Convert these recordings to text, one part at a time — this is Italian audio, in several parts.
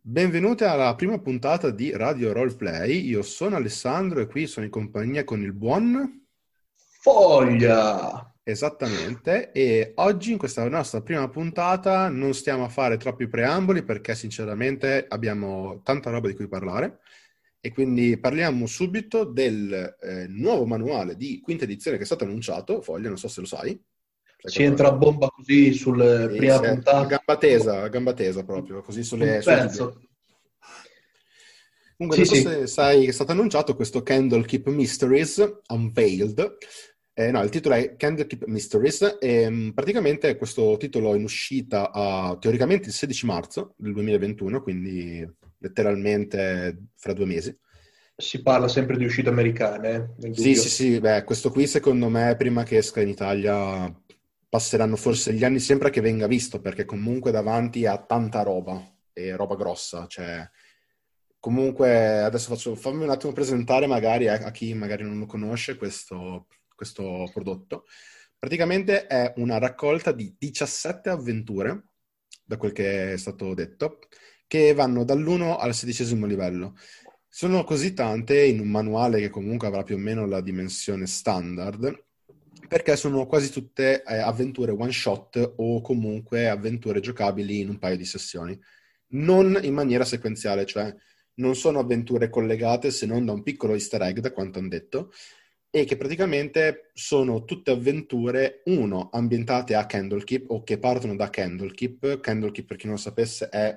Benvenuti alla prima puntata di Radio Roleplay. Io sono Alessandro e qui sono in compagnia con il buon. Foglia! Esattamente. E oggi in questa nostra prima puntata non stiamo a fare troppi preamboli perché sinceramente abbiamo tanta roba di cui parlare e quindi parliamo subito del nuovo manuale di quinta edizione che è stato annunciato. Foglia, non so se lo sai. Sai Si cosa? entra a bomba così sulle Sì, prima sì, puntata. a gamba tesa proprio, così Un sui pezzo. ghiglioni. Comunque, Sì, non so sì. se sai che è stato annunciato questo Candlekeep Mysteries Unveiled. No, il titolo è Candlekeep Mysteries e praticamente questo titolo è in uscita teoricamente il 16 marzo del 2021, quindi letteralmente fra 2 mesi. Si parla sempre di uscite americane, nel Sì, sì, dubbio. sì, beh, questo qui secondo me prima che esca in Italia passeranno forse gli anni sempre che venga visto, perché comunque davanti ha tanta roba e roba grossa, cioè comunque adesso fammi un attimo presentare magari a chi magari non lo conosce questo prodotto. Praticamente è una raccolta di 17 avventure, da quel che è stato detto, che vanno dall'1 al 16° livello. Sono così tante in un manuale che comunque avrà più o meno la dimensione standard, perché sono quasi tutte avventure one shot o comunque avventure giocabili in un paio di sessioni. Non in maniera sequenziale, cioè non sono avventure collegate se non da un piccolo easter egg, da quanto hanno detto, e che praticamente sono tutte avventure, uno, ambientate a Candlekeep o che partono da Candlekeep. Candlekeep, per chi non lo sapesse, è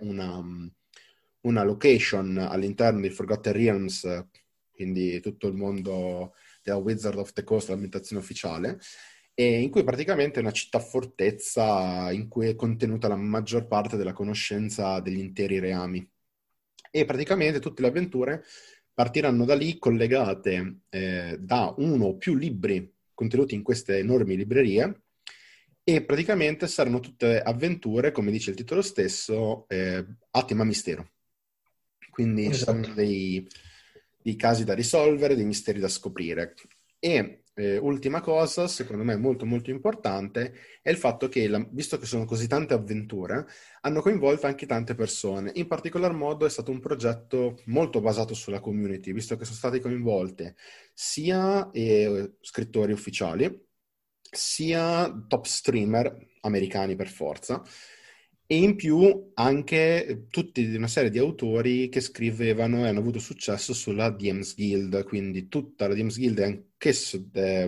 una location all'interno di Forgotten Realms, quindi tutto il mondo della Wizard of the Coast, l'ambientazione ufficiale, e in cui praticamente è una città fortezza in cui è contenuta la maggior parte della conoscenza degli interi reami. E praticamente tutte le avventure partiranno da lì collegate da uno o più libri contenuti in queste enormi librerie e praticamente saranno tutte avventure, come dice il titolo stesso, a tema mistero. Quindi ci Esatto. saranno dei casi da risolvere, dei misteri da scoprire. E ultima cosa, secondo me molto molto importante, è il fatto che, visto che sono così tante avventure, hanno coinvolto anche tante persone. In particolar modo è stato un progetto molto basato sulla community, visto che sono state coinvolte sia scrittori ufficiali, sia top streamer americani per forza, e in più anche tutti una serie di autori che scrivevano e hanno avuto successo sulla DMs Guild, quindi tutta la DMs Guild è anch'esso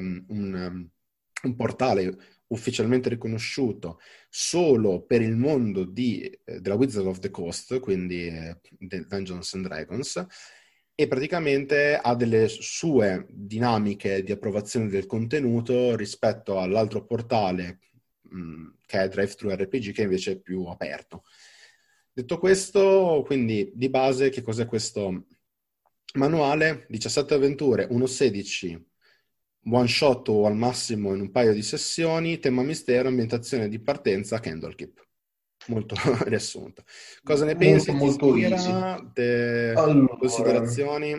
un portale ufficialmente riconosciuto solo per il mondo della Wizard of the Coast, quindi del Dungeons and Dragons, e praticamente ha delle sue dinamiche di approvazione del contenuto rispetto all'altro portale che è Drive-Thru RPG, che invece è più aperto. Detto questo, quindi di base che cos'è questo manuale? 17 avventure, 1-16 one shot o al massimo in un paio di sessioni, tema mistero, ambientazione di partenza, Candlekeep. Molto riassunto. Cosa ne Molto, pensi? Ti molto easy. ispira? Allora, Considerazioni?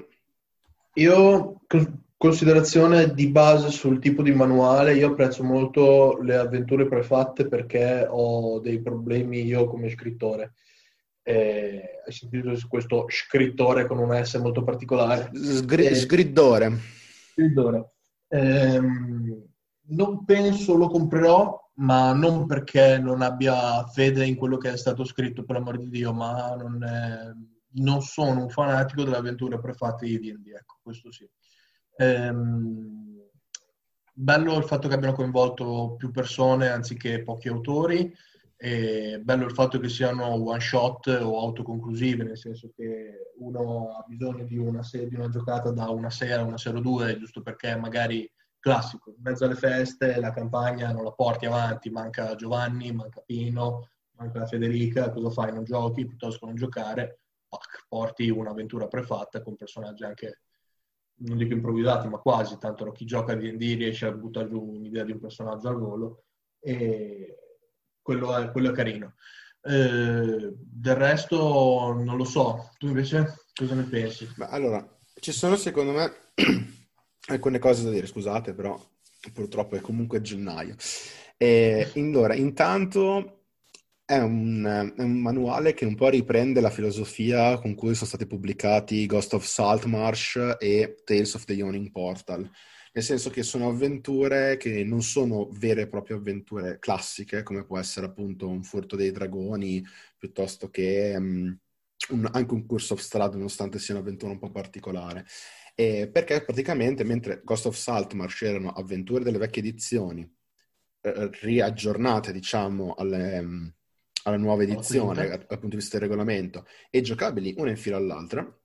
io considerazione di base sul tipo di manuale, io apprezzo molto le avventure prefatte perché ho dei problemi io come scrittore. Hai sentito su questo scrittore con una S molto particolare? Sgriddore. Scrittore. Ehm, Non penso lo comprerò, ma non perché non abbia fede in quello che è stato scritto, per l'amor di Dio, ma non sono un fanatico delle avventure prefatte di D&D, ecco, questo sì. Ehm, Bello il fatto che abbiano coinvolto più persone anziché pochi autori, e bello il fatto che siano one shot o autoconclusive, nel senso che uno ha bisogno di una giocata da una sera o due, giusto perché magari classico, in mezzo alle feste la campagna non la porti avanti, manca Giovanni, manca Pino, manca la Federica, cosa fai? Non giochi, piuttosto che non giocare, porti un'avventura prefatta con personaggi anche, non dico improvvisati, ma quasi, tanto chi gioca a D&D riesce a buttare giù un'idea di un personaggio al volo, e quello è carino. Del resto non lo so, tu invece cosa ne pensi? Ma allora, ci sono secondo me alcune cose da dire, scusate, però purtroppo è comunque gennaio. Allora, intanto È un manuale che un po' riprende la filosofia con cui sono stati pubblicati Ghost of Saltmarsh e Tales of the Yawning Portal, nel senso che sono avventure che non sono vere e proprie avventure classiche, come può essere appunto un Furto dei Dragoni, piuttosto che anche un Curse of Strahd, nonostante sia un'avventura un po' particolare. Perché praticamente, mentre Ghost of Saltmarsh erano avventure delle vecchie edizioni, riaggiornate, diciamo, alla nuova alla edizione quinta. dal punto di vista del regolamento e giocabili una in fila all'altra.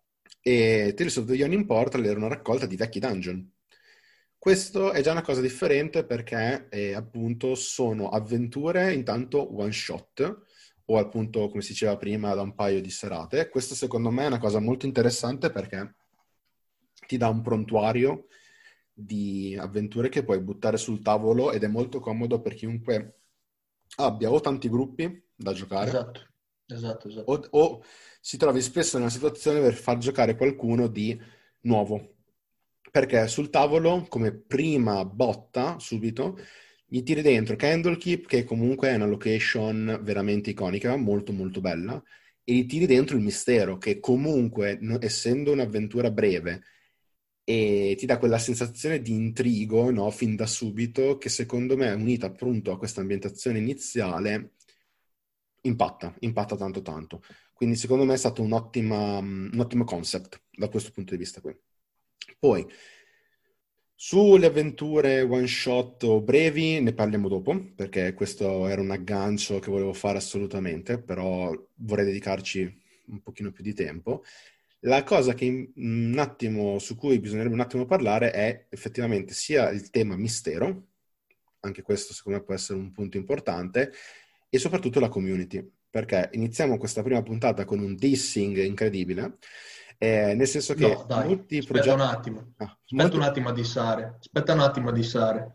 E Tales of the Yawning Portal era una raccolta di vecchi dungeon. Questo è già una cosa differente perché appunto sono avventure intanto one shot o appunto come si diceva prima da un paio di serate. Questo secondo me è una cosa molto interessante perché ti dà un prontuario di avventure che puoi buttare sul tavolo ed è molto comodo per chiunque abbia o tanti gruppi da giocare Esatto, esatto, esatto. o si trovi spesso nella situazione per far giocare qualcuno di nuovo. Perché sul tavolo, come prima botta, subito, gli tiri dentro Candlekeep, che comunque è una location veramente iconica, molto molto bella, e gli tiri dentro il mistero, che comunque, essendo un'avventura breve, e ti dà quella sensazione di intrigo, no, fin da subito, che secondo me, unita appunto a questa ambientazione iniziale, impatta tanto tanto. Quindi secondo me è stato un ottimo concept da questo punto di vista qui. Poi, sulle avventure one shot o brevi ne parliamo dopo, perché questo era un aggancio che volevo fare assolutamente, però vorrei dedicarci un pochino più di tempo. La cosa che un attimo su cui bisognerebbe un attimo parlare è effettivamente sia il tema mistero, anche questo secondo me può essere un punto importante, e soprattutto la community, perché iniziamo questa prima puntata con un dissing incredibile, nel senso No, che dai, molti aspetta un progetti... attimo. ah, Aspetta un molti... attimo a dissare. Aspetta un attimo a dissare.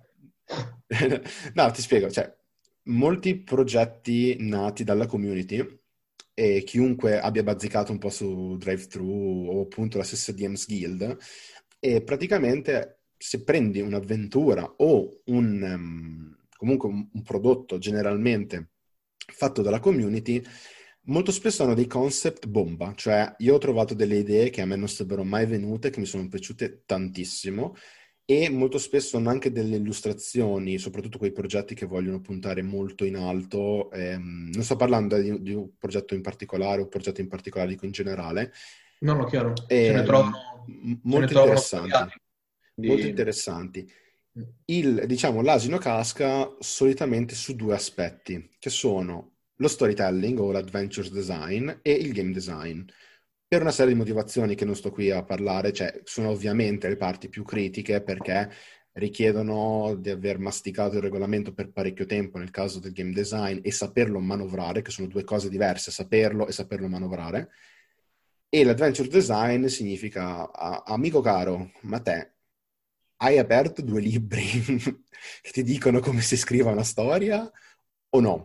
No, ti spiego, cioè, molti progetti nati dalla community e chiunque abbia bazzicato un po' su Drive-Thru o appunto la stessa DMs Guild, e praticamente se prendi un'avventura o comunque un prodotto generalmente fatto dalla community, molto spesso hanno dei concept bomba, cioè io ho trovato delle idee che a me non sarebbero mai venute, che mi sono piaciute tantissimo e molto spesso hanno anche delle illustrazioni, soprattutto quei progetti che vogliono puntare molto in alto. Non sto parlando di un progetto in particolare o un progetto in particolare, dico in generale. No, no, chiaro. Se ne Molto trovano interessanti, svariati. molto Quindi, interessanti. Diciamo, l'asino casca solitamente su due aspetti, che sono lo storytelling o l'adventure design e il game design. Per una serie di motivazioni che non sto qui a parlare, cioè sono ovviamente le parti più critiche perché richiedono di aver masticato il regolamento per parecchio tempo nel caso del game design e saperlo manovrare, che sono due cose diverse, saperlo e saperlo manovrare. E l'adventure design significa, amico caro, ma te hai aperto due libri che ti dicono come si scrive una storia o no?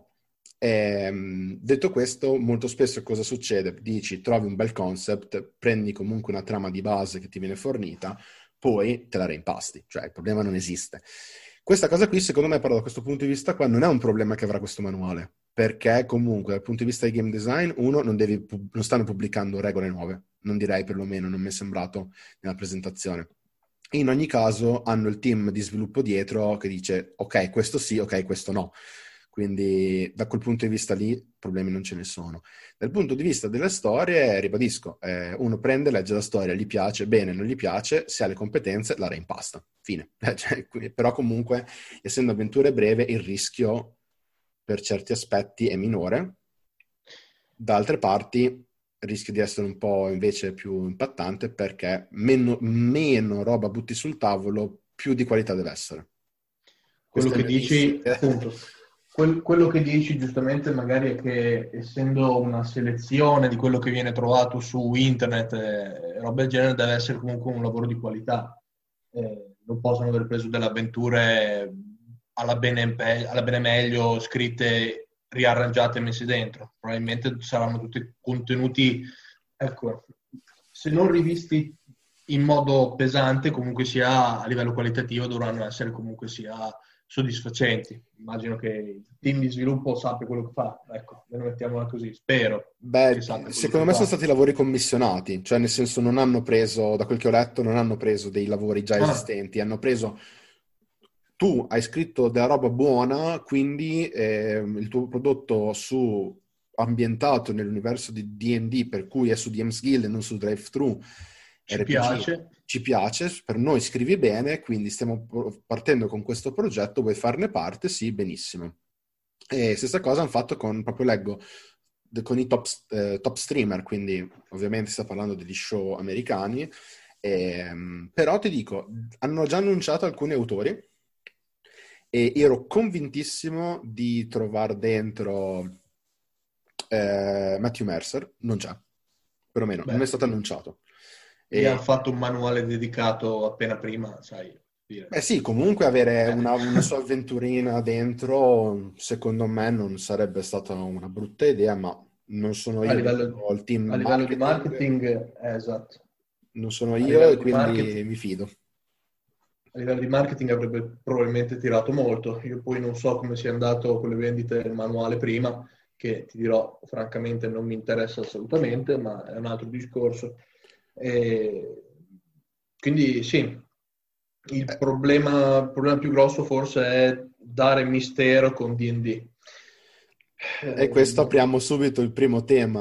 Detto questo, molto spesso cosa succede? Dici, trovi un bel concept, prendi comunque una trama di base che ti viene fornita, poi te la reimpasti, cioè il problema non esiste. Questa cosa qui, secondo me, però da questo punto di vista qua non è un problema che avrà questo manuale, perché comunque dal punto di vista di game design, uno, non stanno pubblicando regole nuove, non direi perlomeno, non mi è sembrato nella presentazione. In ogni caso hanno il team di sviluppo dietro che dice ok, questo sì, ok, questo no. Quindi da quel punto di vista lì problemi non ce ne sono. Dal punto di vista delle storie, ribadisco, uno prende, legge la storia, gli piace, bene, non gli piace, se ha le competenze la reimpasta. Fine. Però comunque, essendo avventure breve, il rischio per certi aspetti è minore. Da altre parti rischia di essere un po' invece più impattante perché meno roba butti sul tavolo, più di qualità deve essere. quello Questo è il che mio dissing. dici, appunto, quello che dici giustamente magari è che essendo una selezione di quello che viene trovato su internet e roba del genere, deve essere comunque un lavoro di qualità. Non possono aver preso delle avventure alla bene meglio, scritte, riarrangiate e messe dentro. Probabilmente saranno tutti contenuti, ecco, se non rivisti in modo pesante, comunque sia a livello qualitativo dovranno essere comunque sia soddisfacenti. Immagino che il team di sviluppo sappia quello che fa, ecco, mettiamola così, spero che Beh, sappia quello secondo che me sono fa. stati lavori commissionati, cioè nel senso non hanno preso, da quel che ho letto, non hanno preso dei lavori già Ah, esistenti, hanno preso, tu hai scritto della roba buona, quindi il tuo prodotto ambientato nell'universo di D&D, per cui è su DM's Guild e non su Drive-Thru ci RPG, piace. ci piace, per noi scrivi bene, quindi stiamo partendo con questo progetto, vuoi farne parte? Sì, benissimo. E stessa cosa hanno fatto con, proprio leggo, con i top streamer, quindi ovviamente sta parlando degli show americani, però ti dico, hanno già annunciato alcuni autori e ero convintissimo di trovare dentro Matthew Mercer, non c'è, perlomeno non è Beh, stato annunciato. gli hanno E, fatto un manuale dedicato appena prima, sai, dire. beh sì, comunque avere Eh, una sua avventurina dentro, secondo me non sarebbe stata una brutta idea, ma non sono a io livello, dentro il team a livello di marketing, marketing, esatto. non sono A io livello e di marketing, quindi mi fido. a livello di marketing avrebbe probabilmente tirato molto. Io poi non so come sia andato con le vendite del manuale prima, che ti dirò, francamente non mi interessa assolutamente, ma è un altro discorso. E quindi sì, il problema più grosso forse è dare mistero con D&D. E questo Eh, apriamo subito il primo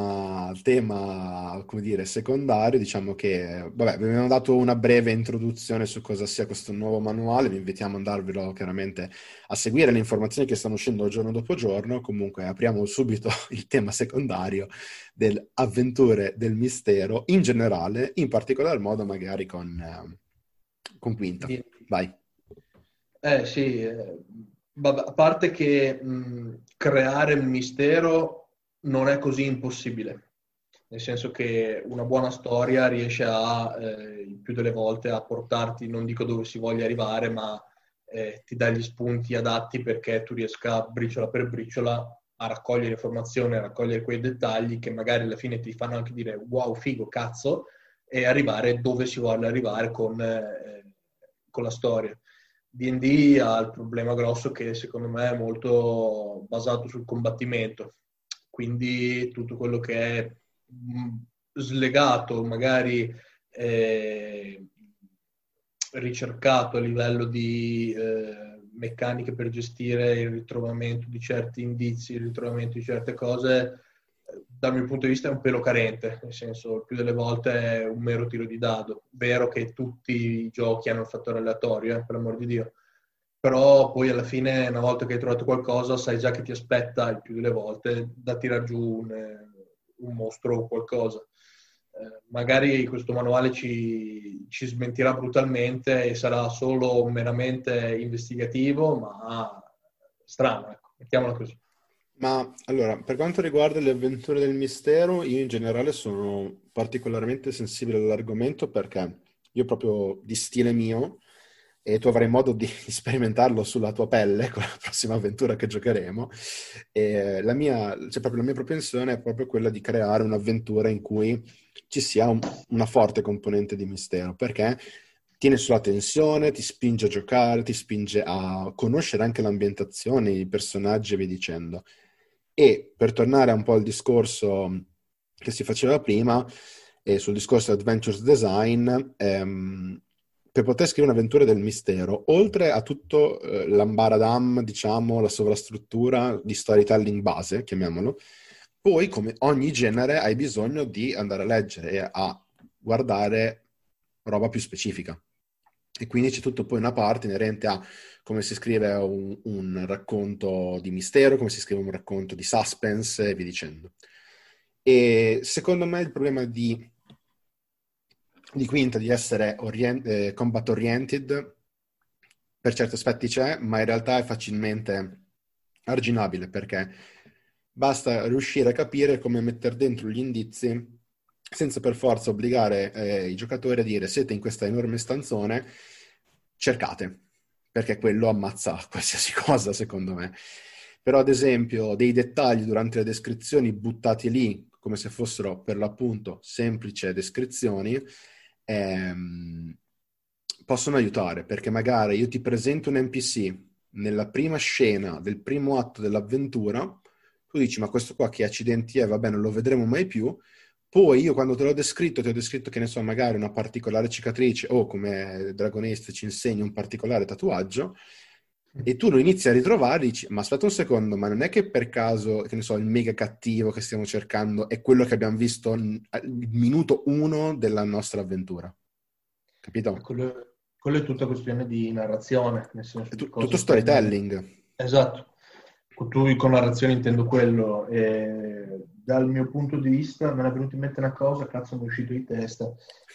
tema, come dire, secondario. Diciamo che, vabbè, vi abbiamo dato una breve introduzione su cosa sia questo nuovo manuale, vi invitiamo ad andarvelo chiaramente a seguire le informazioni che stanno uscendo giorno dopo giorno. Comunque apriamo subito il tema secondario delle avventure del mistero in generale, in particolar modo magari con Quinta. D&D. Vai. Sì, vabbè, a parte che creare un mistero non è così impossibile, nel senso che una buona storia riesce il più delle volte a portarti, non dico dove si voglia arrivare, ma ti dà gli spunti adatti perché tu riesca briciola per briciola a raccogliere informazioni, a raccogliere quei dettagli che magari alla fine ti fanno anche dire wow, figo, cazzo, e arrivare dove si vuole arrivare con la storia. D&D ha il problema grosso che secondo me è molto basato sul combattimento, quindi tutto quello che è slegato, magari eh, ricercato a livello di meccaniche per gestire il ritrovamento di certi indizi, il ritrovamento di certe cose, dal mio punto di vista è un pelo carente, nel senso il più delle volte è un mero tiro di dado. Vero che tutti i giochi hanno il fattore aleatorio, per l'amor di Dio, però poi alla fine una volta che hai trovato qualcosa sai già che ti aspetta il più delle volte da tirar giù un mostro o qualcosa. Magari questo manuale ci smentirà brutalmente e sarà solo meramente investigativo, ma strano, ecco, mettiamola così. Ma allora, per quanto riguarda le avventure del mistero, io in generale sono particolarmente sensibile all'argomento perché io proprio di stile mio, e tu avrai modo di sperimentarlo sulla tua pelle con la prossima avventura che giocheremo, e cioè proprio la mia propensione è proprio quella di creare un'avventura in cui ci sia una forte componente di mistero, perché tiene sulla tensione, ti spinge a giocare, ti spinge a conoscere anche l'ambientazione, i personaggi e via dicendo. E per tornare un po' al discorso che si faceva prima, sul discorso di adventures design, per poter scrivere un'avventura del mistero, oltre a tutto l'ambaradam, diciamo, la sovrastruttura di storytelling base, chiamiamolo, poi come ogni genere hai bisogno di andare a leggere e a guardare roba più specifica. E quindi c'è tutto poi una parte inerente a come si scrive un racconto di mistero, come si scrive un racconto di suspense e via dicendo. E secondo me il problema di Quinta di essere combat oriented per certi aspetti c'è, ma in realtà è facilmente arginabile perché basta riuscire a capire come mettere dentro gli indizi senza per forza obbligare i giocatori a dire siete in questa enorme stanzone, cercate, perché quello ammazza qualsiasi cosa, secondo me. Però, ad esempio, dei dettagli durante le descrizioni buttati lì, come se fossero per l'appunto semplici descrizioni, ehm, possono aiutare, perché magari io ti presento un NPC, nella prima scena del primo atto dell'avventura, tu dici, ma questo qua che accidenti è, vabbè, non lo vedremo mai più. Poi io quando te l'ho descritto, ti ho descritto che ne so, magari una particolare cicatrice o come Dragon Age ci insegna un particolare tatuaggio e tu lo inizi a ritrovare e dici, ma aspetta un secondo, ma non è che per caso, che ne so, il mega cattivo che stiamo cercando è quello che abbiamo visto al minuto uno della nostra avventura, capito? Quello è tutta questione di narrazione, nel senso È di tutto cosa stai... storytelling. Esatto. Con narrazione intendo quello. E dal mio punto di vista me ne è venuta in mente una cosa, cazzo mi è uscito di testa.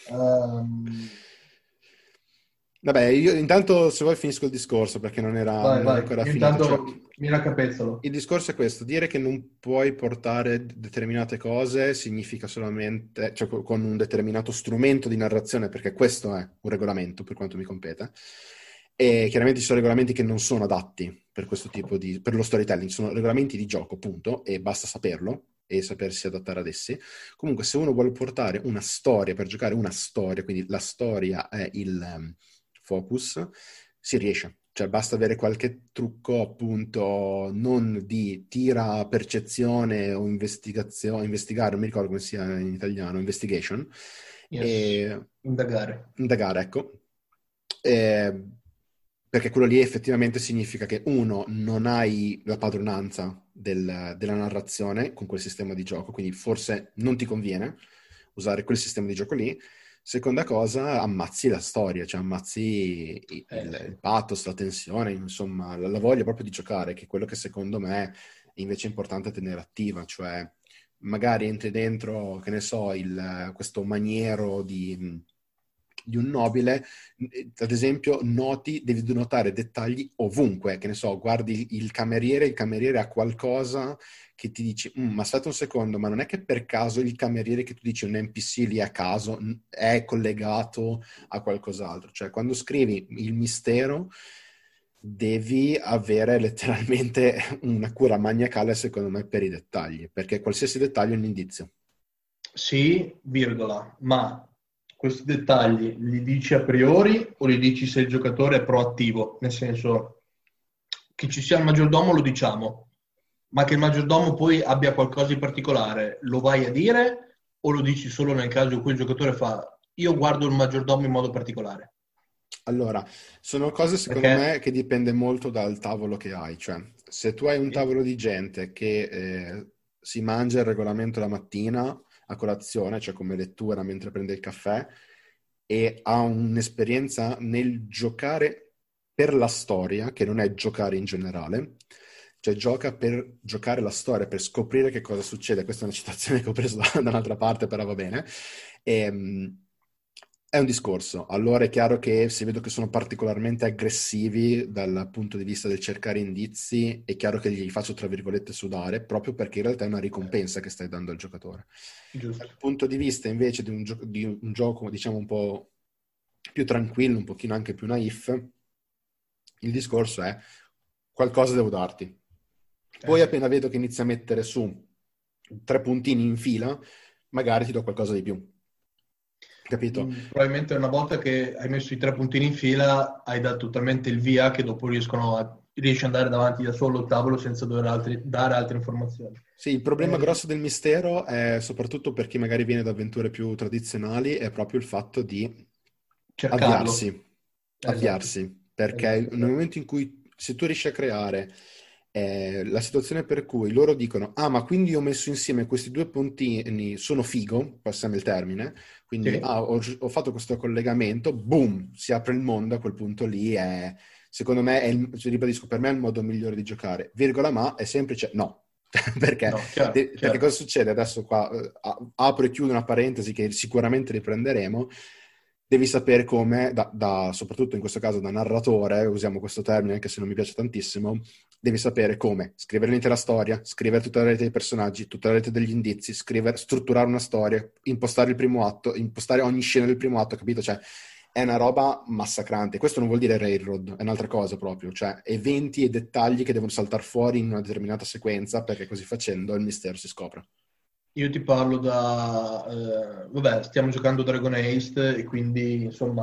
Vabbè, io intanto se vuoi finisco il discorso perché Vai, non è vai, ancora io finito. Cioè, intanto mi raccapezzolo. il discorso è questo, dire che non puoi portare determinate cose significa solamente, cioè con un determinato strumento di narrazione, perché questo è un regolamento per quanto mi compete, e chiaramente ci sono regolamenti che non sono adatti per questo tipo per lo storytelling, sono regolamenti di gioco, punto, e basta saperlo e sapersi adattare ad essi. Comunque, se uno vuole portare una storia per giocare una storia, quindi la storia è il focus, si riesce. Cioè basta avere qualche trucco appunto non di tira percezione o investigazione, investigare, non mi ricordo come sia in italiano, investigation, Yes, e indagare. indagare, ecco. E- perché quello lì effettivamente significa che uno, non hai la padronanza della narrazione con quel sistema di gioco, quindi forse non ti conviene usare quel sistema di gioco lì. Seconda cosa, ammazzi la storia, cioè ammazzi Sì. il pathos, la tensione, insomma, la voglia proprio di giocare, che è quello che secondo me invece è importante tenere attiva, cioè magari entri dentro, che ne so, questo maniero di un nobile, ad esempio, devi notare dettagli ovunque, che ne so, guardi il cameriere ha qualcosa che ti dici, ma aspetta un secondo, ma non è che per caso il cameriere che tu dici un NPC lì a caso è collegato a qualcos'altro? Cioè, quando scrivi il mistero devi avere letteralmente una cura maniacale, secondo me, per i dettagli, perché qualsiasi dettaglio è un indizio. Sì, virgola, ma questi dettagli li dici a priori o li dici se il giocatore è proattivo? Nel senso che ci sia il maggiordomo lo diciamo, ma che il maggiordomo poi abbia qualcosa di particolare, lo vai a dire o lo dici solo nel caso in cui il giocatore fa io guardo il maggiordomo in modo particolare? Allora, sono cose secondo Perché me che dipende molto dal tavolo che hai, cioè se tu hai un tavolo di gente che si mangia il regolamento la mattina a colazione, cioè come lettura mentre prende il caffè, e ha un'esperienza nel giocare per la storia, che non è giocare in generale, cioè gioca per giocare la storia, per scoprire che cosa succede. Questa è una citazione che ho preso da un'altra parte, però va bene. È un discorso. Allora è chiaro che se vedo che sono particolarmente aggressivi dal punto di vista del cercare indizi, è chiaro che gli faccio, tra virgolette, sudare, proprio perché in realtà è una ricompensa che stai dando al giocatore. giusto. Dal punto di vista invece di un gioco, diciamo, un po' più tranquillo, un pochino anche più naif, il discorso è qualcosa devo darti. Poi Sì. appena vedo che inizi a mettere su 3 puntini in fila, magari ti do qualcosa di più. Capito? Probabilmente una volta che hai messo i 3 puntini in fila hai dato talmente il via che dopo riesci ad andare davanti da solo al tavolo senza dover dare altre informazioni. Sì, il problema Eh, grosso del mistero è soprattutto per chi magari viene da avventure più tradizionali, è proprio il fatto di cercarlo. avviarsi, Esatto, avviarsi, perché esatto, nel esatto. momento in cui se tu riesci a creare la situazione per cui loro dicono, ah, ma quindi ho messo insieme questi 2 puntini, sono figo, passiamo il termine, quindi Sì, ho fatto questo collegamento, boom, si apre il mondo, a quel punto lì secondo me, ribadisco, per me è il modo migliore di giocare. Virgola, ma è semplice? No. Perché, no, chiaro, perché cosa chiaro. succede? Adesso qua apro e chiudo una parentesi che sicuramente riprenderemo. Devi sapere come, soprattutto in questo caso da narratore, usiamo questo termine anche se non mi piace tantissimo, devi sapere come scrivere l'intera storia, scrivere tutta la rete dei personaggi, tutta la rete degli indizi, strutturare una storia, impostare il primo atto, impostare ogni scena del primo atto, capito? Cioè, è una roba massacrante. Questo non vuol dire railroad, è un'altra cosa proprio, cioè eventi e dettagli che devono saltare fuori in una determinata sequenza, perché così facendo il mistero si scopre. Io ti parlo vabbè, stiamo giocando Dragon Age e quindi insomma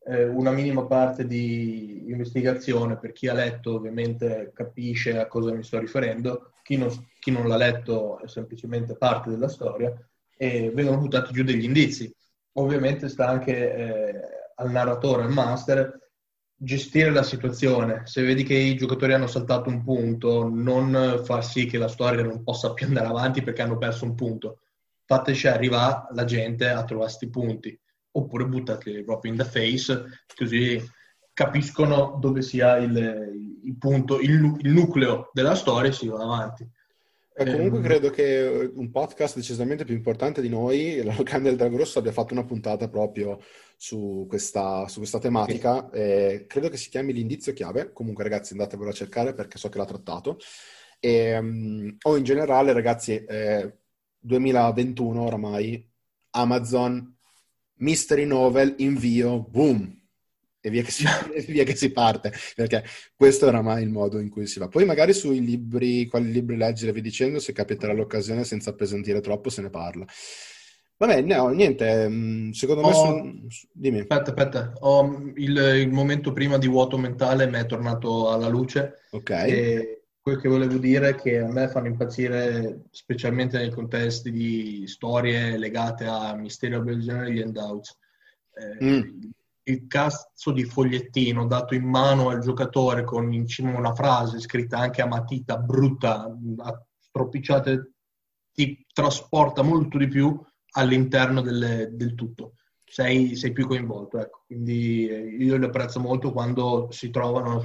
una minima parte di investigazione, per chi ha letto ovviamente capisce a cosa mi sto riferendo, chi non l'ha letto è semplicemente parte della storia, e vengono buttati giù degli indizi. Ovviamente sta anche al narratore, al master, gestire la situazione. Se vedi che i giocatori hanno saltato un punto, non far sì che la storia non possa più andare avanti perché hanno perso un punto. Fateci arrivare la gente a trovare sti punti, oppure buttateli proprio in the face, così capiscono dove sia il punto, il nucleo della storia e si va avanti. Comunque Ehm, credo che un podcast decisamente più importante di noi, la Locanda del Drago Rosso, abbia fatto una puntata proprio su questa sì. tematica. Credo che si chiami L'Indizio Chiave. Comunque, ragazzi, andatevelo a cercare perché so che l'ha trattato. O in generale, ragazzi, 2021 oramai, Amazon, Mystery Novel, invio, boom! E via che si, e via che si parte, perché questo è oramai il modo in cui si va. Poi magari sui libri, quali libri leggere, vi dicendo, se capiterà l'occasione, senza appesantire troppo, se ne parla. Vabbè, no, niente, secondo me Ho, dimmi. aspetta, il momento prima di vuoto mentale mi è tornato alla luce, Ok. e quel che volevo dire è che a me fanno impazzire, specialmente nei contesti di storie legate a misteri del genere, gli handouts. Mm. Il cazzo di fogliettino dato in mano al giocatore con in cima una frase scritta anche a matita brutta, a stropicciate, ti trasporta molto di più all'interno del tutto. Sei più coinvolto, ecco. Quindi io li apprezzo molto quando si trovano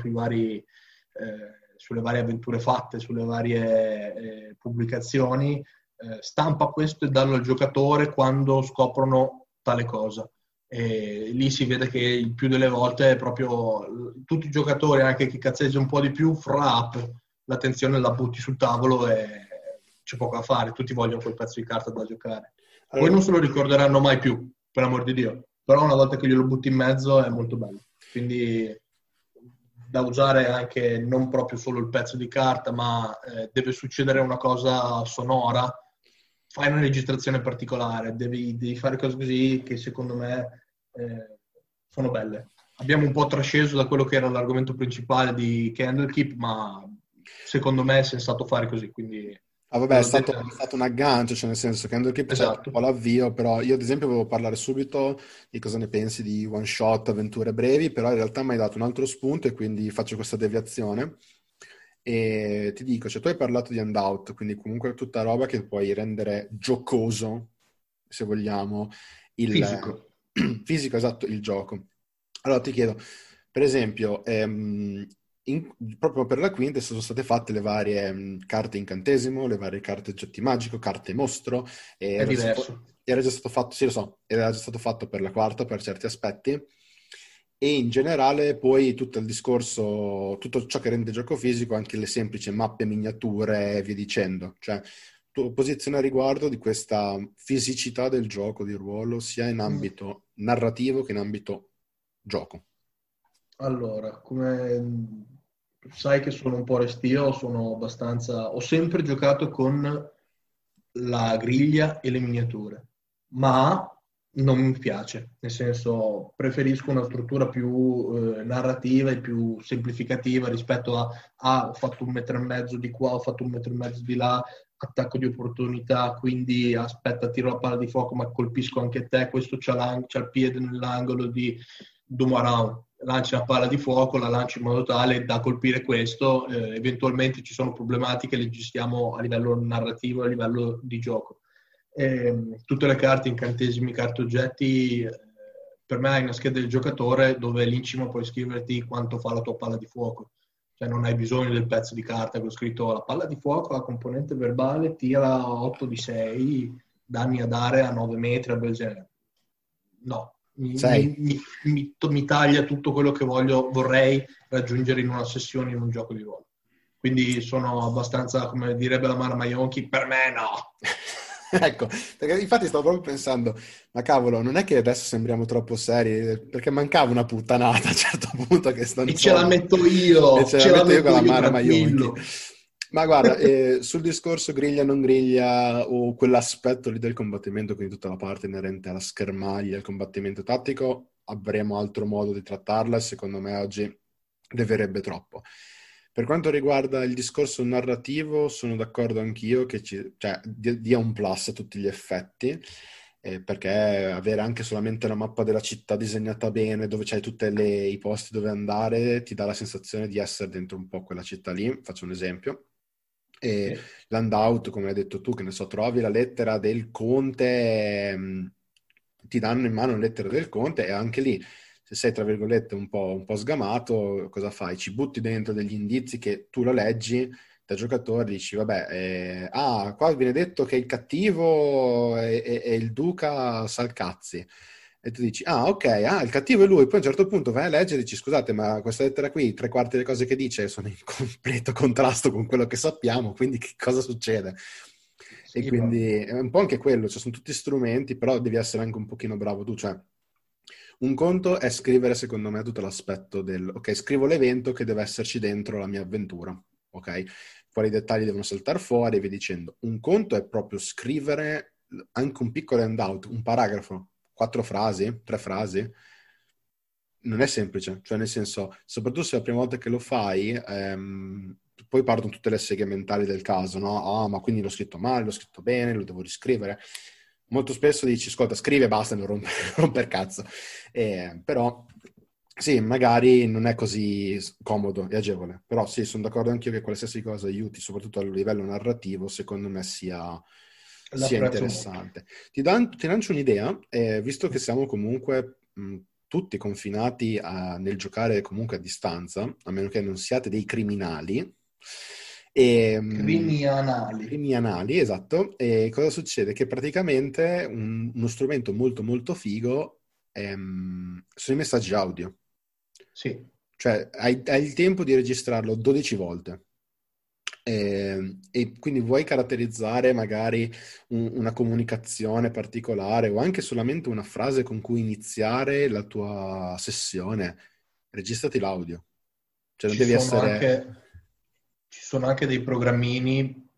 sulle varie avventure fatte, sulle varie pubblicazioni. Stampa questo e dallo al giocatore quando scoprono tale cosa. E lì si vede che il più delle volte è proprio tutti i giocatori, anche chi cazzeggia un po' di più, l'attenzione la butti sul tavolo e c'è poco da fare, tutti vogliono quel pezzo di carta da giocare. Poi Allora, non se lo ricorderanno mai più, per amor di Dio, però una volta che glielo butti in mezzo è molto bello. Quindi da usare anche non proprio solo il pezzo di carta, ma deve succedere una cosa sonora, fai una registrazione particolare, devi fare cose così che secondo me sono belle. Abbiamo un po' trasceso da quello che era l'argomento principale di Candlekeep, ma secondo me è sensato fare così, quindi vabbè, ve è l'ho detto. stato un aggancio, cioè nel senso che Candlekeep c'è un Esatto. po' l'avvio, però io ad esempio volevo parlare subito di cosa ne pensi di one shot, avventure brevi, però in realtà mi hai dato un altro spunto e quindi faccio questa deviazione. E ti dico, cioè tu hai parlato di handout, quindi comunque tutta roba che puoi rendere giocoso, se vogliamo, il Fisico. fisico, esatto, il gioco. Allora ti chiedo, per esempio, proprio per la quinta sono state fatte le varie carte incantesimo, le varie carte oggetti magico, carte mostro, e È diverso. era già stato fatto, sì lo so, era già stato fatto per la quarta per certi aspetti, e in generale poi tutto il discorso, tutto ciò che rende il gioco fisico, anche le semplici mappe, miniature e via dicendo. Cioè, tua posizione a riguardo di questa fisicità del gioco di ruolo, sia in ambito narrativo che in ambito gioco. Allora, come sai che sono un po' restio, sono abbastanza. Ho sempre giocato con la griglia e le miniature, ma non mi piace, nel senso preferisco una struttura più narrativa e più semplificativa rispetto ho fatto 1,5 metri di qua, ho fatto 1,5 metri di là, attacco di opportunità, quindi aspetta, tiro la palla di fuoco, ma colpisco anche te, questo c'ha il piede nell'angolo di Dumarao, lanci una palla di fuoco, la lanci in modo tale da colpire questo, eventualmente ci sono problematiche, le gestiamo a livello narrativo, a livello di gioco. Tutte le carte, incantesimi, carte oggetti, per me hai una scheda del giocatore dove lì in cima puoi scriverti quanto fa la tua palla di fuoco. Cioè non hai bisogno del pezzo di carta che ho scritto la palla di fuoco, la componente verbale, tira 8 di 6, danni a dare a 9 metri, a genere. No, 6. mi taglia tutto quello che vorrei raggiungere in una sessione in un gioco di ruolo. Quindi sono abbastanza, come direbbe la Mara Maionchi, per me no. Ecco, perché infatti stavo proprio pensando, ma cavolo, non è che adesso sembriamo troppo seri, perché mancava una puttanata a un certo punto che sto E ce la insomma, metto e io, ce la ce la metto io con metto la io Mara Maionchi. tranquillo. Ma guarda, sul discorso griglia non griglia o quell'aspetto lì del combattimento, quindi tutta la parte inerente alla schermaglia, al combattimento tattico, avremo altro modo di trattarla, secondo me oggi deverebbe troppo. Per quanto riguarda il discorso narrativo, sono d'accordo anch'io che cioè, dia un plus a tutti gli effetti, perché avere anche solamente una mappa della città disegnata bene, dove c'hai tutti i posti dove andare, ti dà la sensazione di essere dentro un po' quella città lì. Faccio un esempio. E Sì. l'handout, come hai detto tu, che ne so, trovi la lettera del conte, ti danno in mano la lettera del conte e anche lì, se sei tra virgolette un po' sgamato, cosa fai? Ci butti dentro degli indizi che tu lo leggi da giocatore, dici, vabbè, qua viene detto che il cattivo è il duca Salcazzi. E tu dici, ok, il cattivo è lui. Poi a un certo punto vai a leggere e dici, scusate, ma questa lettera qui, tre quarti delle cose che dice sono in completo contrasto con quello che sappiamo, quindi che cosa succede? E Sì, ma quindi è un po' anche quello, cioè sono tutti strumenti, però devi essere anche un pochino bravo tu, cioè un conto è scrivere, secondo me, tutto l'aspetto ok, scrivo l'evento che deve esserci dentro la mia avventura, ok? Quali dettagli devono saltare fuori e via dicendo. Un conto è proprio scrivere anche un piccolo handout, un paragrafo, 4 frasi, 3 frasi. Non è semplice, cioè nel senso, soprattutto se è la prima volta che lo fai, poi partono tutte le seghe mentali del caso, no? Ah, ma quindi l'ho scritto male, l'ho scritto bene, lo devo riscrivere. Molto spesso dici, ascolta, scrivi e basta, non romper cazzo. Però sì, magari non è così comodo e agevole, però sì, sono d'accordo anch'io che qualsiasi cosa aiuti, soprattutto a livello narrativo, secondo me sia l'apprezzo molto. interessante. Ti lancio un'idea, visto che siamo comunque tutti confinati nel giocare comunque a distanza, a meno che non siate dei criminali, e, Criminali. criminali, esatto, e cosa succede? Che praticamente uno strumento molto molto figo sono i messaggi audio. Sì, Cioè, hai il tempo di registrarlo 12 volte. E quindi vuoi caratterizzare magari una comunicazione particolare o anche solamente una frase con cui iniziare la tua sessione, registrati l'audio. Cioè, non ci devi sono essere... anche, ci sono anche dei programmini.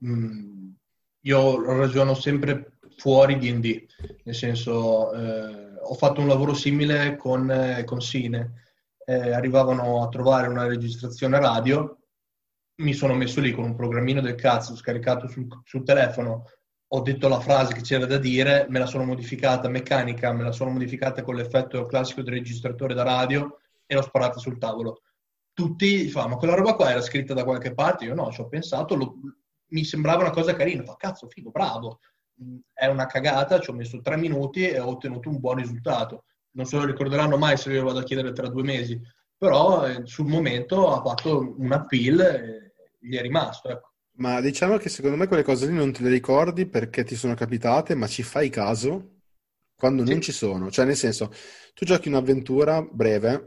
Io ragiono sempre fuori D&D, nel senso, ho fatto un lavoro simile con Sine. Arrivavano a trovare una registrazione radio, mi sono messo lì con un programmino del cazzo scaricato sul telefono, ho detto la frase che c'era da dire, me la sono modificata meccanica, me la sono modificata con l'effetto classico del registratore da radio e l'ho sparata sul tavolo. Tutti fanno, ma quella roba qua era scritta da qualche parte? Io no, ci ho pensato, mi sembrava una cosa carina, fa cazzo, figo, bravo. È una cagata, ci ho messo 3 minuti e ho ottenuto un buon risultato. Non se lo ricorderanno mai se io vado a chiedere tra 2 mesi, però sul momento ha fatto un appeal e gli è rimasto, ecco. Ma diciamo che secondo me quelle cose lì non te le ricordi perché ti sono capitate, ma ci fai caso quando non Sì, ci sono. Cioè, nel senso, tu giochi un'avventura breve,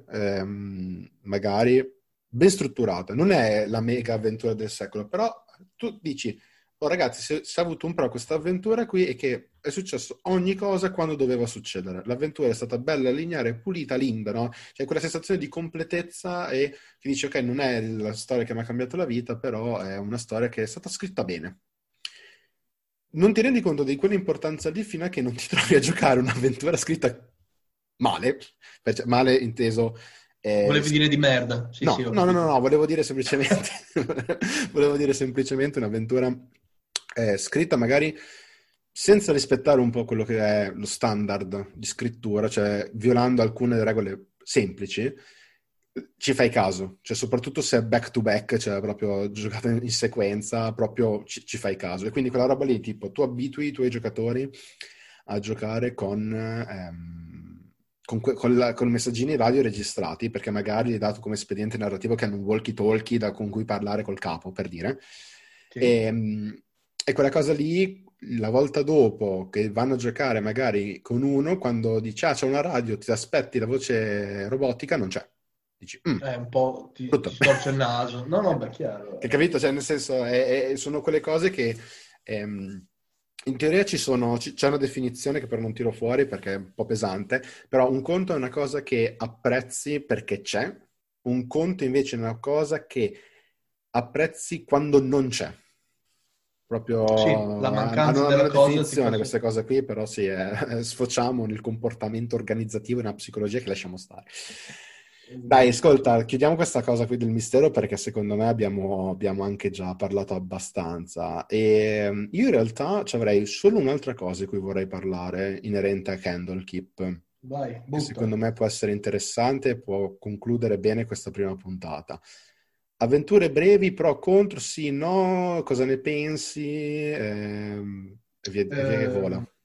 magari ben strutturata. Non è la mega avventura del secolo, però tu dici, oh ragazzi, si è avuto un pro questa avventura qui e che è successo ogni cosa quando doveva succedere. L'avventura è stata bella, lineare, pulita, linda, no? C'è quella sensazione di completezza e che dici, ok, non è la storia che mi ha cambiato la vita, però è una storia che è stata scritta bene. Non ti rendi conto di quell'importanza lì fino a che non ti trovi a giocare un'avventura scritta male, male inteso... volevi dire di merda. Sì, sì, no, ho no, no, no, capito. no, volevo dire semplicemente, volevo dire semplicemente un'avventura scritta magari senza rispettare un po' quello che è lo standard di scrittura, cioè violando alcune regole semplici, ci fai caso, cioè soprattutto se è back to back, cioè proprio giocata in sequenza, proprio ci fai caso. E quindi quella roba lì, tipo, tu abitui i tuoi giocatori a giocare con messaggini radio registrati, perché magari gli hai dato come espediente narrativo che hanno un walkie-talkie con cui parlare col capo, per dire. Sì. E, e quella cosa lì, la volta dopo che vanno a giocare magari con uno, quando dici, c'è una radio, ti aspetti la voce robotica, non c'è. Dici, Un po' ti brutto. storce il naso. No, no, beh, chiaro. Che capito? Cioè, nel senso, sono quelle cose che in teoria c'è una definizione che però non tiro fuori perché è un po' pesante, però un conto è una cosa che apprezzi perché c'è, un conto invece è una cosa che apprezzi quando non c'è. Sì, la proprio mancanza hanno della una cosa ti fa... definizione queste cose qui, però sì, sfociamo nel comportamento organizzativo e nella psicologia che lasciamo stare. Dai, ascolta, chiudiamo questa cosa qui del mistero perché secondo me abbiamo anche già parlato abbastanza. E io in realtà ci avrei solo un'altra cosa di cui vorrei parlare inerente a Candlekeep, Vai, che butta. secondo me può essere interessante e può concludere bene questa prima puntata. Avventure brevi, pro, contro, sì, no, cosa ne pensi? E via che vola. Ehm,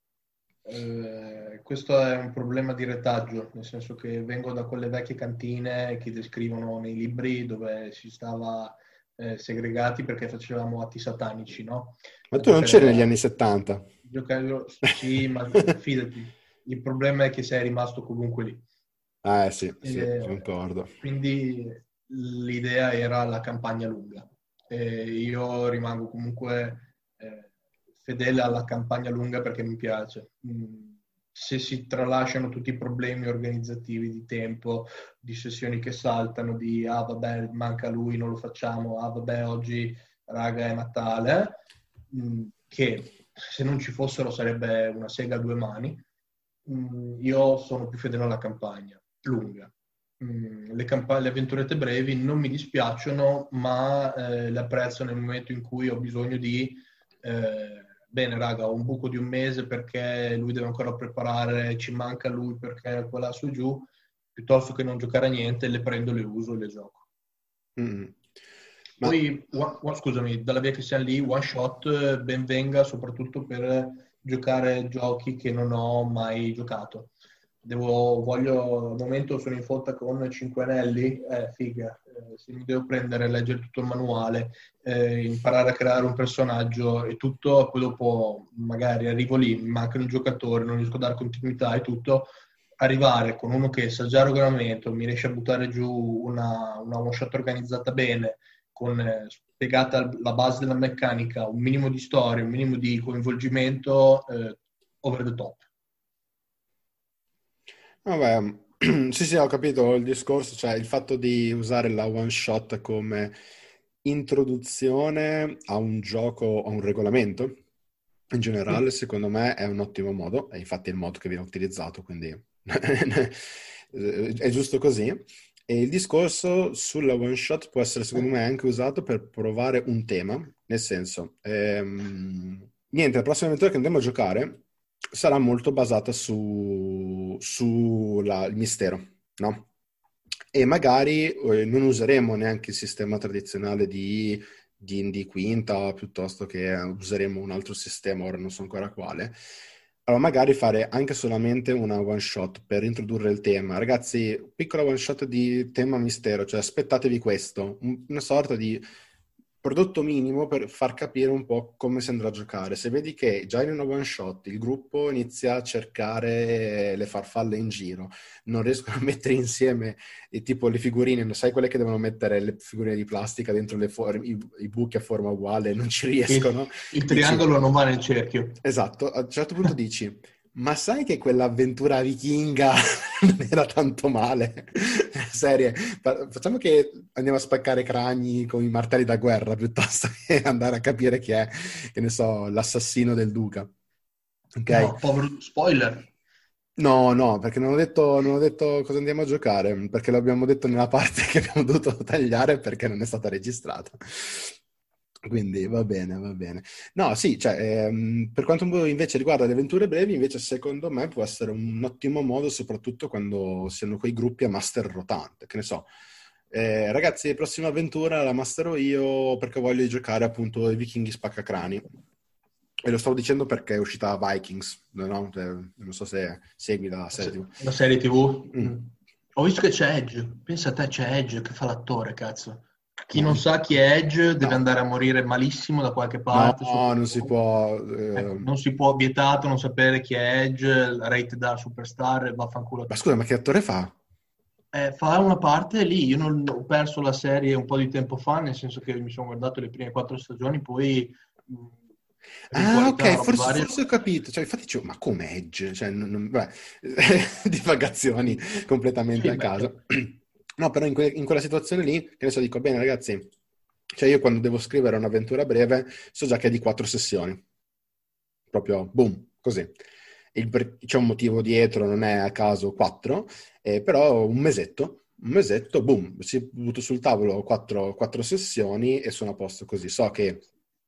Questo è un problema di retaggio, nel senso che vengo da quelle vecchie cantine che descrivono nei libri dove si stava segregati perché facevamo atti satanici, no? Ma tu non Giocare a c'eri negli anni drago. 70? Sì, ma fidati, il problema è che sei rimasto comunque lì. Sì, sì, concordo. Quindi l'idea era la campagna lunga. Io rimango comunque fedele alla campagna lunga perché mi piace. Se si tralasciano tutti i problemi organizzativi di tempo, di sessioni che saltano, di ah vabbè manca lui, non lo facciamo, ah vabbè oggi raga è Natale, che se non ci fossero sarebbe una sega a due mani. Io sono più fedele alla campagna lunga. Le avventurette brevi non mi dispiacciono, ma le apprezzo nel momento in cui ho bisogno di bene, raga, ho un buco di un mese perché lui deve ancora preparare, ci manca lui perché quella su e giù, piuttosto che non giocare a niente, le prendo, le uso e le gioco. Mm. Ma Poi, scusami, dalla via che siamo lì, one shot ben venga, soprattutto per giocare giochi che non ho mai giocato. Al momento sono in fotta con 5 anelli, figa, se mi devo prendere, leggere tutto il manuale, imparare a creare un personaggio e tutto, poi dopo magari arrivo lì, mi manca un giocatore, non riesco a dare continuità e tutto, arrivare con uno che sa già il regolamento, mi riesce a buttare giù una one shot organizzata bene, con spiegata la base della meccanica, un minimo di storia, un minimo di coinvolgimento, over the top. vabbè, sì, sì, ho capito il discorso, cioè il fatto di usare la one shot come introduzione a un gioco, a un regolamento, in Sì. generale, secondo me è un ottimo modo, e infatti è il modo che viene utilizzato, quindi è giusto così. E il discorso sulla one shot può essere, secondo me, anche usato per provare un tema, nel senso, niente, la prossima avventura che andremo a giocare sarà molto basata su il mistero, no? E magari non useremo neanche il sistema tradizionale di D&D quinta, piuttosto che useremo un altro sistema, ora non so ancora quale. Allora magari fare anche solamente una one shot per introdurre il tema. Ragazzi, piccola one shot di tema mistero, cioè aspettatevi questo, una sorta di prodotto minimo per far capire un po' come si andrà a giocare. Se vedi che già in una one shot il gruppo inizia a cercare le farfalle in giro, non riescono a mettere insieme tipo le figurine, sai quelle che devono mettere le figurine di plastica dentro i buchi a forma uguale, non ci riescono, Il dici, triangolo non va nel cerchio. esatto, a un certo punto dici, ma sai che quell'avventura vichinga non era tanto male? Serie, facciamo che andiamo a spaccare crani con i martelli da guerra piuttosto che andare a capire chi è, che ne so, l'assassino del duca. Ok? No, povero spoiler. No, no, perché non ho detto cosa andiamo a giocare, perché l'abbiamo detto nella parte che abbiamo dovuto tagliare perché non è stata registrata. Quindi va bene, va bene. No, sì, cioè, per quanto invece riguarda le avventure brevi, invece secondo me può essere un ottimo modo, soprattutto quando si hanno quei gruppi a master rotante, che ne so. Ragazzi, prossima avventura la mastero io perché voglio giocare appunto i vichinghi spaccacrani. E lo stavo dicendo perché è uscita Vikings, no? Cioè, non so se segui la serie TV. La serie TV. Mm. Ho visto che c'è Edge. Pensa a te, c'è Edge che fa l'attore, cazzo. Chi No, non sa chi è Edge deve no, andare a morire malissimo da qualche no, parte sotto un non si ponte. può. Ecco, non si può, vietato non sapere chi è Edge, rated da superstar, vaffanculo a Ma tutti. scusa, ma che attore fa? Fa una parte lì, io non, ho perso la serie un po' di tempo fa, nel senso che mi sono guardato le prime 4 stagioni, poi mh, Ah, eventualità, ok, robe forse, varie. forse ho capito. Cioè, infatti dicevo, ma come Edge? Cioè, vabbè, divagazioni completamente Sì, a beh, caso. No, però in quella situazione lì, che adesso dico, bene ragazzi, Cioè io quando devo scrivere un'avventura breve so già che è di 4 sessioni. Proprio boom, così. C'è un motivo dietro, non è a caso 4, però un mesetto, boom, si butto sul tavolo 4 sessioni e sono a posto così. So che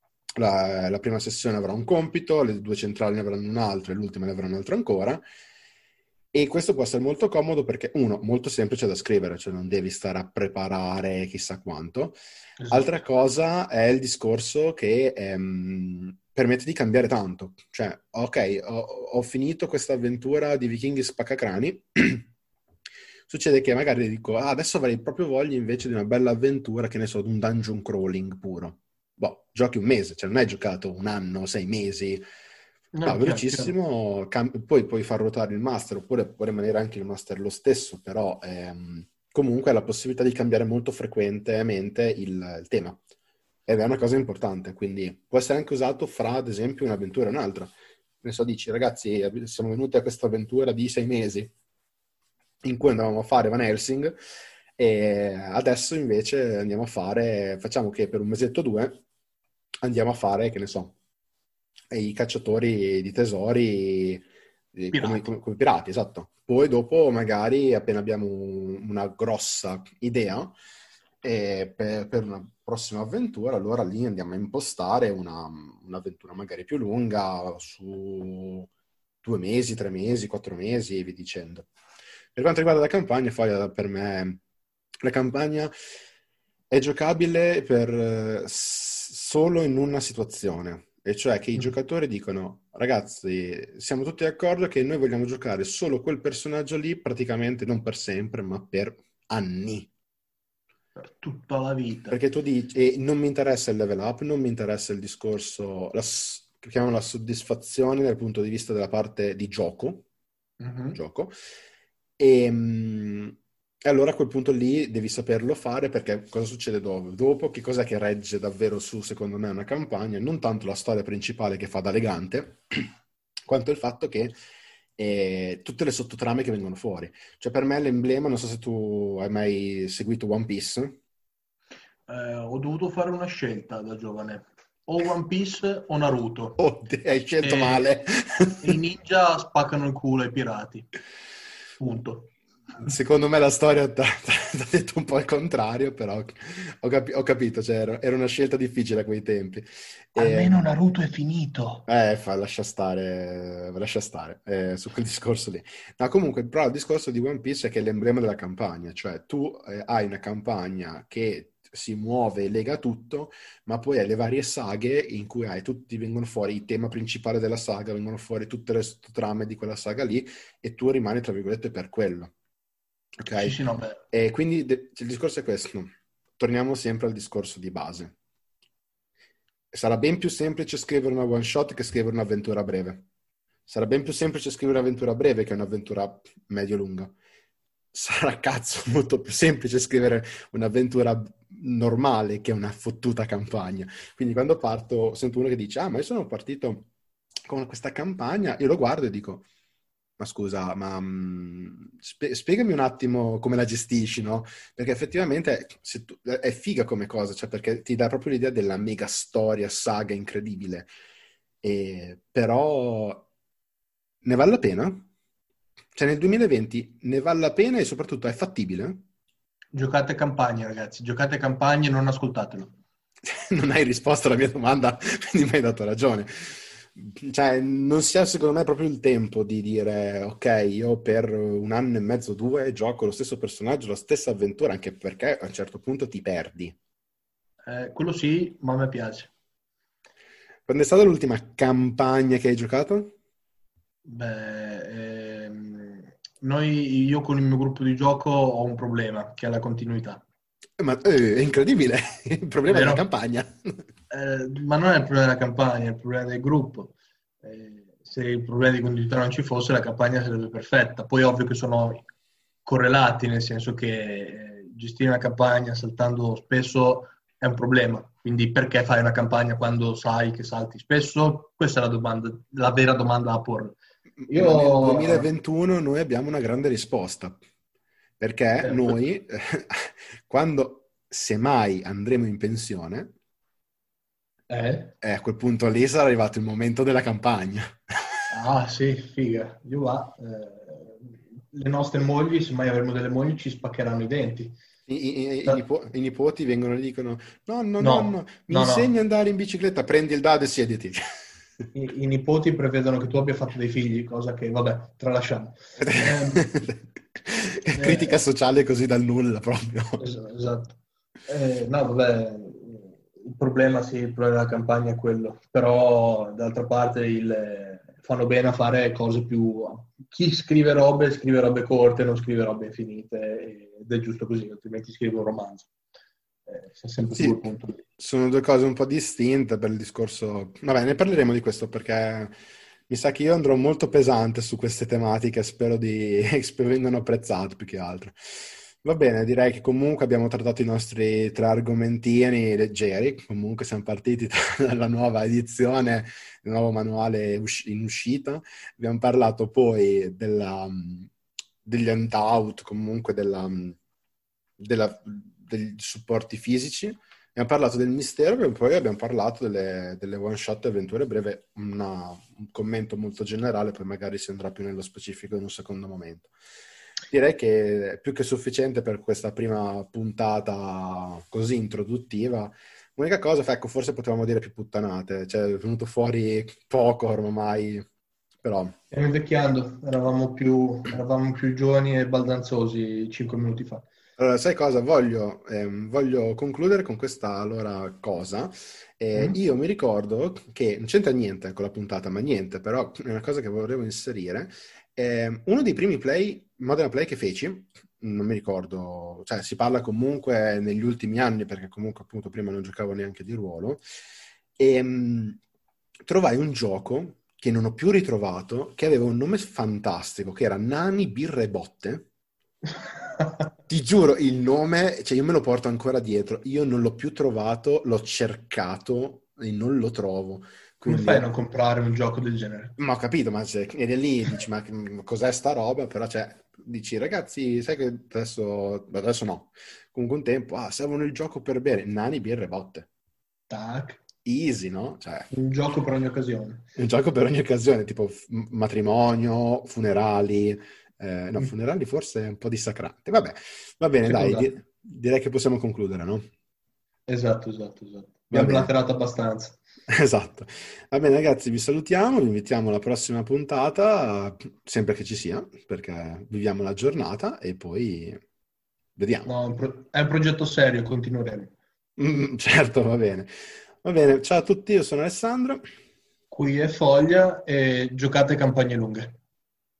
la prima sessione avrà un compito, le due centrali ne avranno un altro e l'ultima ne avrà un altro ancora. E questo può essere molto comodo perché, uno, molto semplice da scrivere, cioè non devi stare a preparare chissà quanto. Altra Esatto. cosa è il discorso che permette di cambiare tanto. Cioè, ok, ho finito questa avventura di vichinghi spaccacrani. Succede che magari dico, adesso avrei proprio voglia invece di una bella avventura, che ne so, di un dungeon crawling puro. Boh, giochi un mese, cioè non hai giocato un anno, 6 mesi. No, No, chiaro, chiaro. velocissimo, poi puoi far ruotare il master, oppure può rimanere anche il master lo stesso, però comunque hai la possibilità di cambiare molto frequentemente il tema. Ed è una cosa importante, quindi può essere anche usato fra, ad esempio, un'avventura e un'altra. Ne so, dici, ragazzi, siamo venuti a questa avventura di 6 mesi in cui andavamo a fare Van Helsing e adesso invece facciamo che per un mesetto o due andiamo a fare, che ne so, i cacciatori di tesori Pirati. come pirati, esatto. Poi dopo magari appena abbiamo una grossa idea per una prossima avventura, allora lì andiamo a impostare un'avventura magari più lunga su 2 mesi, 3 mesi, 4 mesi e via dicendo. Per quanto riguarda la campagna, per me la campagna è giocabile solo in una situazione, e cioè che i Mm. giocatori dicono, ragazzi, siamo tutti d'accordo che noi vogliamo giocare solo quel personaggio lì, praticamente non per sempre, ma per anni. Per tutta la vita. Perché tu dici, e non mi interessa il level up, non mi interessa il discorso, che chiamiamo la soddisfazione dal punto di vista della parte di Mhm. gioco. E, e allora a quel punto lì devi saperlo fare perché cosa succede dopo? Dopo che cos'è che regge davvero su, secondo me, una campagna? Non tanto la storia principale che fa da legante, quanto il fatto che tutte le sottotrame che vengono fuori. Cioè per me l'emblema, non so se tu hai mai seguito One Piece. Ho dovuto fare una scelta da giovane. O One Piece o Naruto. Oh, hai scelto E, male. e i ninja spaccano il culo ai pirati. Punto. Secondo me la storia t'ha detto un po' il contrario, però ho capito, cioè, era una scelta difficile a quei tempi. Almeno E, Naruto è finito. lascia stare su quel discorso lì. No, comunque, però il discorso di One Piece è che è l'emblema della campagna, cioè tu hai una campagna che si muove e lega tutto, ma poi hai le varie saghe in cui vengono fuori il tema principale della saga, vengono fuori tutte le sottotrame di quella saga lì, e tu rimani, tra virgolette, per quello. Sì, Ok? sì, no, beh. E quindi il discorso è questo. Torniamo sempre al discorso di base. Sarà ben più semplice scrivere una one shot che scrivere un'avventura breve. Sarà ben più semplice scrivere un'avventura breve che un'avventura medio-lunga. Sarà cazzo molto più semplice scrivere un'avventura normale che una fottuta campagna. Quindi quando parto, sento uno che dice, ma io sono partito con questa campagna, io lo guardo e dico, ma scusa, ma spiegami un attimo come la gestisci, no? Perché effettivamente è figa come cosa, cioè perché ti dà proprio l'idea della mega storia, saga incredibile. Però ne vale la pena? Cioè nel 2020 ne vale la pena e soprattutto è fattibile? Giocate campagne, ragazzi. Giocate campagne e non ascoltatelo. Non hai risposto alla mia domanda, quindi mi hai dato ragione. Cioè, non si ha secondo me proprio il tempo di dire ok, io per un anno e mezzo, due, gioco lo stesso personaggio, la stessa avventura, anche perché a un certo punto ti perdi. Quello sì, ma a me piace. Quando è stata l'ultima campagna che hai giocato? Beh, io con il mio gruppo di gioco ho un problema, che è la continuità. Ma è incredibile, il problema della Vero? campagna. Ma non è il problema della campagna, è il problema del gruppo. Se il problema di continuità non ci fosse, la campagna sarebbe perfetta. Poi è ovvio che sono correlati, nel senso che gestire una campagna saltando spesso è un problema. Quindi perché fai una campagna quando sai che salti spesso? Questa è la domanda, la vera domanda da porre. Ma nel Io 2021 noi abbiamo una grande risposta, perché certo. noi, quando se mai andremo in pensione, Eh? a quel punto lì sarà arrivato il momento della campagna. Ah, sì, figa. Io va. Le nostre mogli, se mai avremo delle mogli, ci spaccheranno i denti. I nipoti vengono e dicono: Nonno, No, nonno, mi no, insegni no. ad andare in bicicletta, prendi il dado e siediti. I nipoti prevedono che tu abbia fatto dei figli, cosa che, vabbè, tralasciamo. Critica Eh, sociale così dal nulla proprio. esatto. No, vabbè, il problema, sì, il problema della campagna è quello, però d'altra parte fanno bene a fare cose più... Chi scrive robe corte, non scrive robe infinite, ed è giusto così, altrimenti scrive un romanzo. Sei sempre su quel Sì, punto lì. sono due cose un po' distinte per il discorso. Vabbè, ne parleremo di questo perché mi sa che io andrò molto pesante su queste tematiche, spero vengano apprezzate più che altro. Va bene, direi che comunque abbiamo trattato i nostri tre argomentini leggeri, comunque siamo partiti dalla nuova edizione, il nuovo manuale in uscita, abbiamo parlato poi degli handout, comunque degli supporti fisici. Abbiamo parlato del mistero e poi abbiamo parlato delle one shot avventure breve, un commento molto generale, poi magari si andrà più nello specifico in un secondo momento. Direi che è più che sufficiente per questa prima puntata così introduttiva. L'unica cosa, ecco, forse potevamo dire più puttanate, cioè è venuto fuori poco ormai, però... Stiamo invecchiando, eravamo più giovani e baldanzosi 5 minuti fa. Allora, sai cosa? Voglio concludere con questa allora cosa. Mm? Io mi ricordo che non c'entra niente con la puntata, ma niente, però è una cosa che volevo inserire. Uno dei primi Modena Play che feci, non mi ricordo, cioè si parla comunque negli ultimi anni, perché comunque appunto prima non giocavo neanche di ruolo, e trovai un gioco che non ho più ritrovato, che aveva un nome fantastico, che era Nani, Birra e Botte. Ti giuro, il nome, cioè io me lo porto ancora dietro. Io non l'ho più trovato, l'ho cercato e non lo trovo. Come fai a Quindi, non comprare un gioco del genere? ma ho capito, ma se ed è lì dici, ma cos'è sta roba? Però, cioè, dici, ragazzi, sai che adesso no. Comunque un tempo, servono il gioco per bere. Nani, birre e botte. Tac, Easy, no? Cioè, un gioco per ogni occasione. un gioco per ogni occasione, tipo matrimonio, funerali. No, Mm, funerali forse è un po' dissacrante. Vabbè, va bene, dai, secondario. direi che possiamo concludere, no? Esatto, esatto, esatto. Va Abbiamo bene, blatterato abbastanza. esatto. Va bene, ragazzi, vi salutiamo, vi invitiamo alla prossima puntata, sempre che ci sia, perché viviamo la giornata e poi vediamo. No, è un progetto serio, continueremo. Certo, va bene. Va bene, ciao a tutti, io sono Alessandro. Qui è Foglia e giocate campagne lunghe.